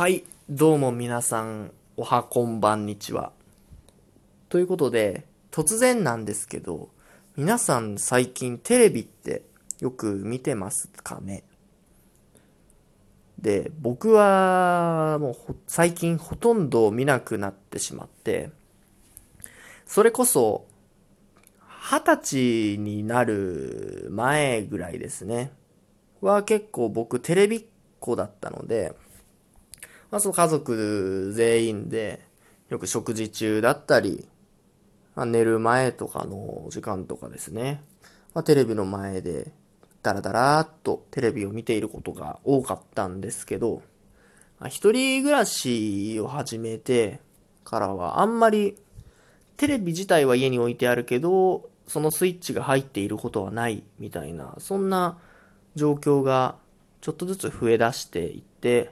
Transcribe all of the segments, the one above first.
はい、どうも皆さん、おはこんばんにちは。ということで、突然なんですけど、皆さん最近テレビってよく見てますかね？で、僕はもう最近ほとんど見なくなってしまって、それこそ20歳になる前ぐらいですね。は結構僕テレビっ子だったので、その家族全員でよく食事中だったり、寝る前とかの時間とかですね。テレビの前でダラダラーっとテレビを見ていることが多かったんですけど、一人暮らしを始めてからはあんまりテレビ自体は家に置いてあるけど、そのスイッチが入っていることはないみたいな、そんな状況がちょっとずつ増え出していって、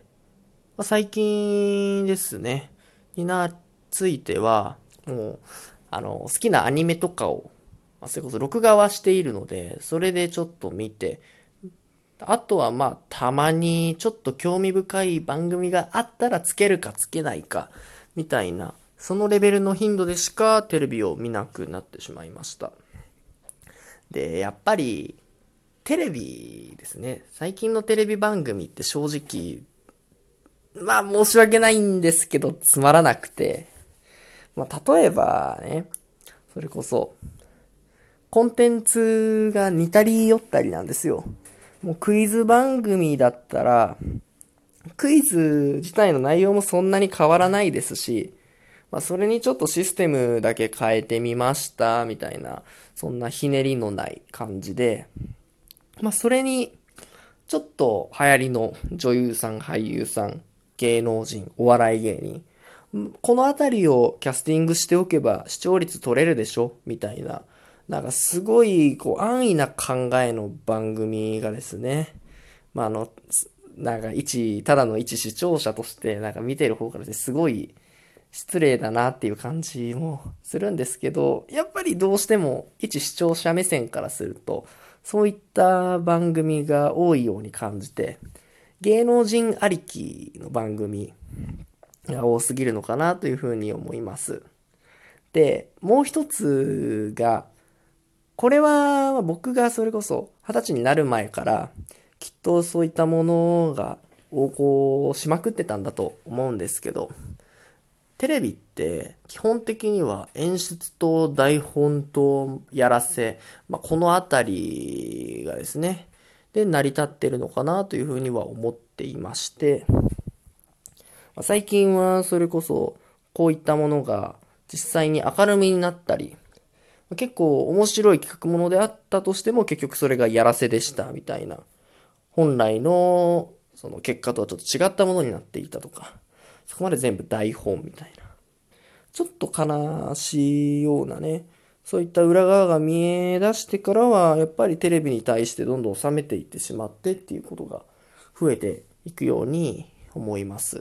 最近ですね、については、もう、好きなアニメとかを、それこそ録画はしているので、それでちょっと見て、あとはたまにちょっと興味深い番組があったらつけるかつけないか、みたいな、そのレベルの頻度でしかテレビを見なくなってしまいました。で、やっぱり、テレビですね。最近のテレビ番組って正直、申し訳ないんですけど、つまらなくて。例えばね、それこそ、コンテンツが似たり寄ったりなんですよ。もうクイズ番組だったら、クイズ自体の内容もそんなに変わらないですし、それにちょっとシステムだけ変えてみました、みたいな、そんなひねりのない感じで、それに、ちょっと流行りの女優さん、俳優さん、芸能人、お笑い芸人、このあたりをキャスティングしておけば視聴率取れるでしょみたいな。なんかすごい、安易な考えの番組がですね。まあ、あの、ただの一視聴者として、見てる方からですごい失礼だなっていう感じもするんですけど、やっぱりどうしても一視聴者目線からすると、そういった番組が多いように感じて、芸能人ありきの番組が多すぎるのかなというふうに思います。で、もう一つが、これは僕がそれこそ20歳になる前からきっとそういったものが横行しまくってたんだと思うんですけど、テレビって基本的には演出と台本とやらせ、このあたりがですね、で成り立ってるのかなというふうには思っていまして、最近はそれこそこういったものが実際に明るみになったり、結構面白い企画ものであったとしても結局それがやらせでしたみたいな、本来のその結果とはちょっと違ったものになっていたとか、そこまで全部台本みたいな、ちょっと悲しいようなね、そういった裏側が見え出してからはやっぱりテレビに対してどんどん冷めていってしまってっていうことが増えていくように思います。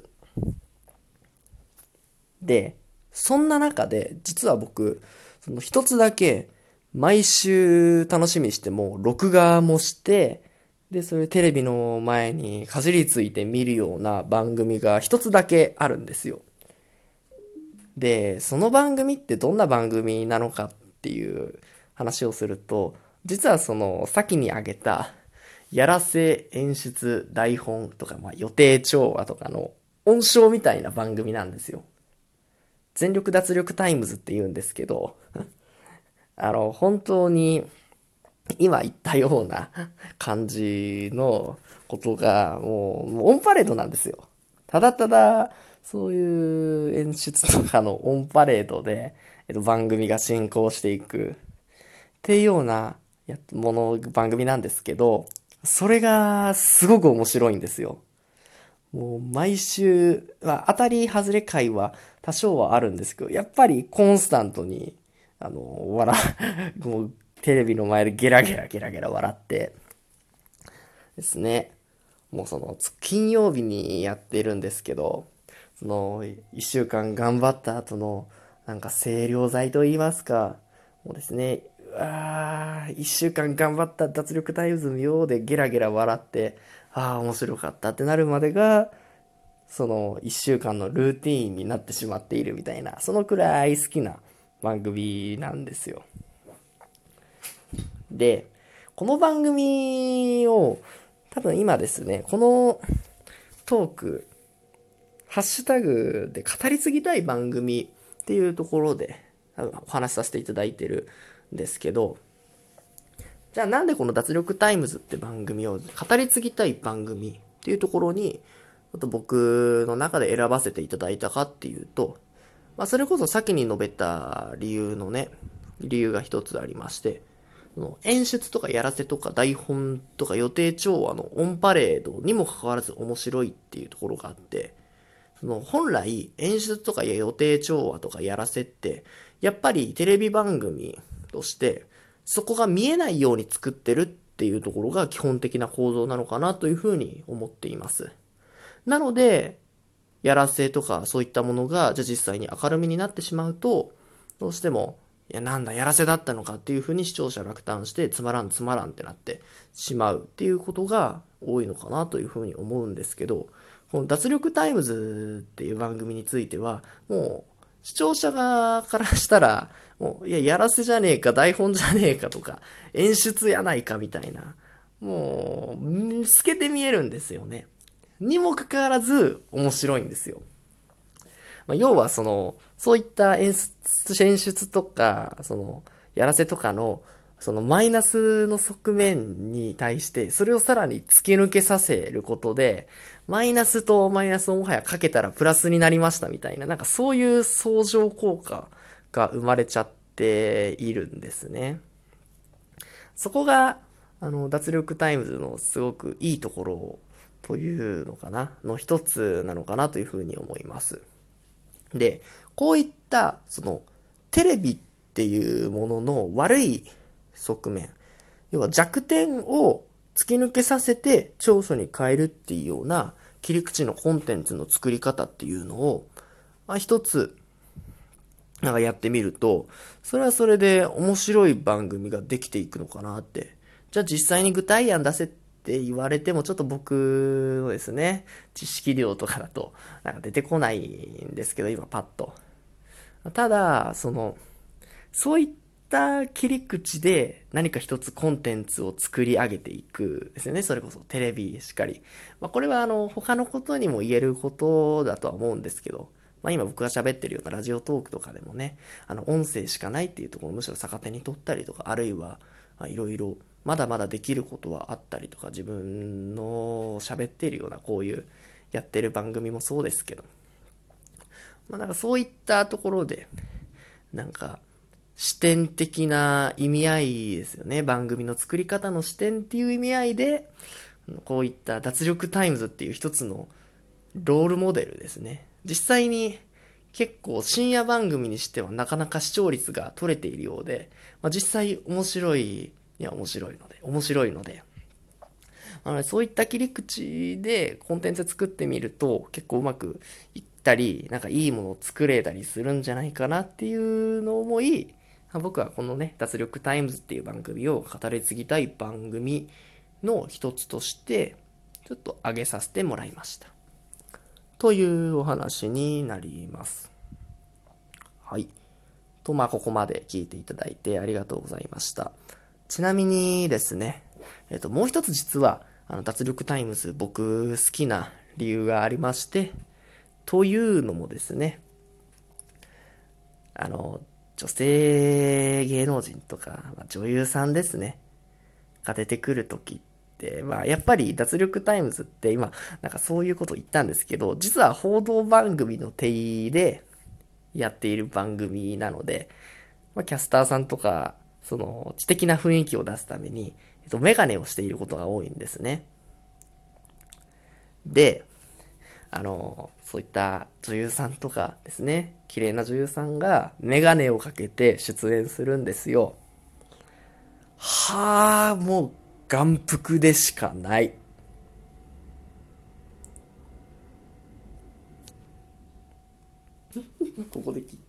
で、そんな中で、実は僕、その一つだけ、毎週楽しみにしても、録画もして、で、それテレビの前にかじりついて見るような番組が一つだけあるんですよ。で、その番組ってどんな番組なのかっていう話をすると、実はその先に挙げた、やらせ演出台本とか、予定調和とかの音章みたいな番組なんですよ。全力脱力タイムズって言うんですけど、本当に今言ったような感じのことがもうオンパレードなんですよ。ただただ、そういう演出とかのオンパレードで、番組が進行していくっていうような番組なんですけど、それがすごく面白いんですよ。もう毎週、当たり外れ回は多少はあるんですけど、やっぱりコンスタントに、もうテレビの前でゲラゲラゲラゲラ笑ってですね。もう金曜日にやってるんですけど、その、一週間頑張った後の、清涼剤と言いますか、もうですね、一週間頑張った脱力タイムズ見ようでゲラゲラ笑って、面白かったってなるまでが、 その一週間のルーティーンになってしまっているみたいな、そのくらい好きな番組なんですよ。で、この番組を多分今ですね、このトーク、ハッシュタグで語り継ぎたい番組っていうところでお話しさせていただいてるんですけど、じゃあなんでこの脱力タイムズって番組を語り継ぎたい番組っていうところに、ちょっと僕の中で選ばせていただいたかっていうと、それこそ先に述べた理由が一つありまして、演出とかやらせとか台本とか予定調和のオンパレードにもかかわらず面白いっていうところがあって、本来演出とか予定調和とかやらせって、やっぱりテレビ番組としてそこが見えないように作ってるっていうところが基本的な構造なのかなというふうに思っています。なので、やらせとかそういったものが、じゃあ実際に明るみになってしまうと、どうしても、いやなんだ、やらせだったのかっていうふうに視聴者落胆して、つまらんつまらんってなってしまうっていうことが多いのかなというふうに思うんですけど、この脱力タイムズっていう番組については、もう、視聴者側からしたら、もう、いや、やらせじゃねえか、台本じゃねえかとか、演出やないかみたいな、もう、透けて見えるんですよね。にもかかわらず、面白いんですよ。要はそういった演出とか、やらせとかの、マイナスの側面に対して、それをさらに突き抜けさせることで、マイナスとマイナスをもはやかけたらプラスになりましたみたいな、なんかそういう相乗効果が生まれちゃっているんですね。そこが、脱力タイムズのすごくいいところというのかな、の一つなのかなというふうに思います。で、こういった、テレビっていうものの悪い側面、要は弱点を突き抜けさせて長所に変えるっていうような切り口のコンテンツの作り方っていうのを、一つ、なんかやってみると、それはそれで面白い番組ができていくのかなって。じゃあ実際に具体案出せって言われてもちょっと僕のですね、知識量とかだとなんか出てこないんですけど、今パッと。ただ、そういった切り口で何か一つコンテンツを作り上げていくですよね。それこそテレビしかり。これは他のことにも言えることだとは思うんですけど、今僕が喋ってるようなラジオトークとかでもね、音声しかないっていうところをむしろ逆手に取ったりとか、あるいは、いろいろ、まだまだできることはあったりとか、自分の喋っているようなこういうやってる番組もそうですけど、なんかそういったところで、なんか、視点的な意味合いですよね。番組の作り方の視点っていう意味合いで、こういった脱力タイムズっていう一つのロールモデルですね。実際に結構深夜番組にしてはなかなか視聴率が取れているようで、実際面白いので、そういった切り口でコンテンツ作ってみると結構うまくいったり、なんかいいものを作れたりするんじゃないかなっていうのを思い、僕はこのね、脱力タイムズっていう番組を語り継ぎたい番組の一つとして、ちょっと挙げさせてもらいました。というお話になります。はい。と、ここまで聞いていただいてありがとうございました。ちなみにですね、もう一つ実は、脱力タイムズ僕好きな理由がありまして、というのもですね、女性芸能人とか、女優さんですね、が出てくるときって、やっぱり脱力タイムズって今、なんかそういうこと言ったんですけど、実は報道番組の定義でやっている番組なので、キャスターさんとか、知的な雰囲気を出すために、メガネをしていることが多いんですね。で、そういった女優さんとかですね、綺麗な女優さんがメガネをかけて出演するんですよ。もう眼福でしかない。ここで切って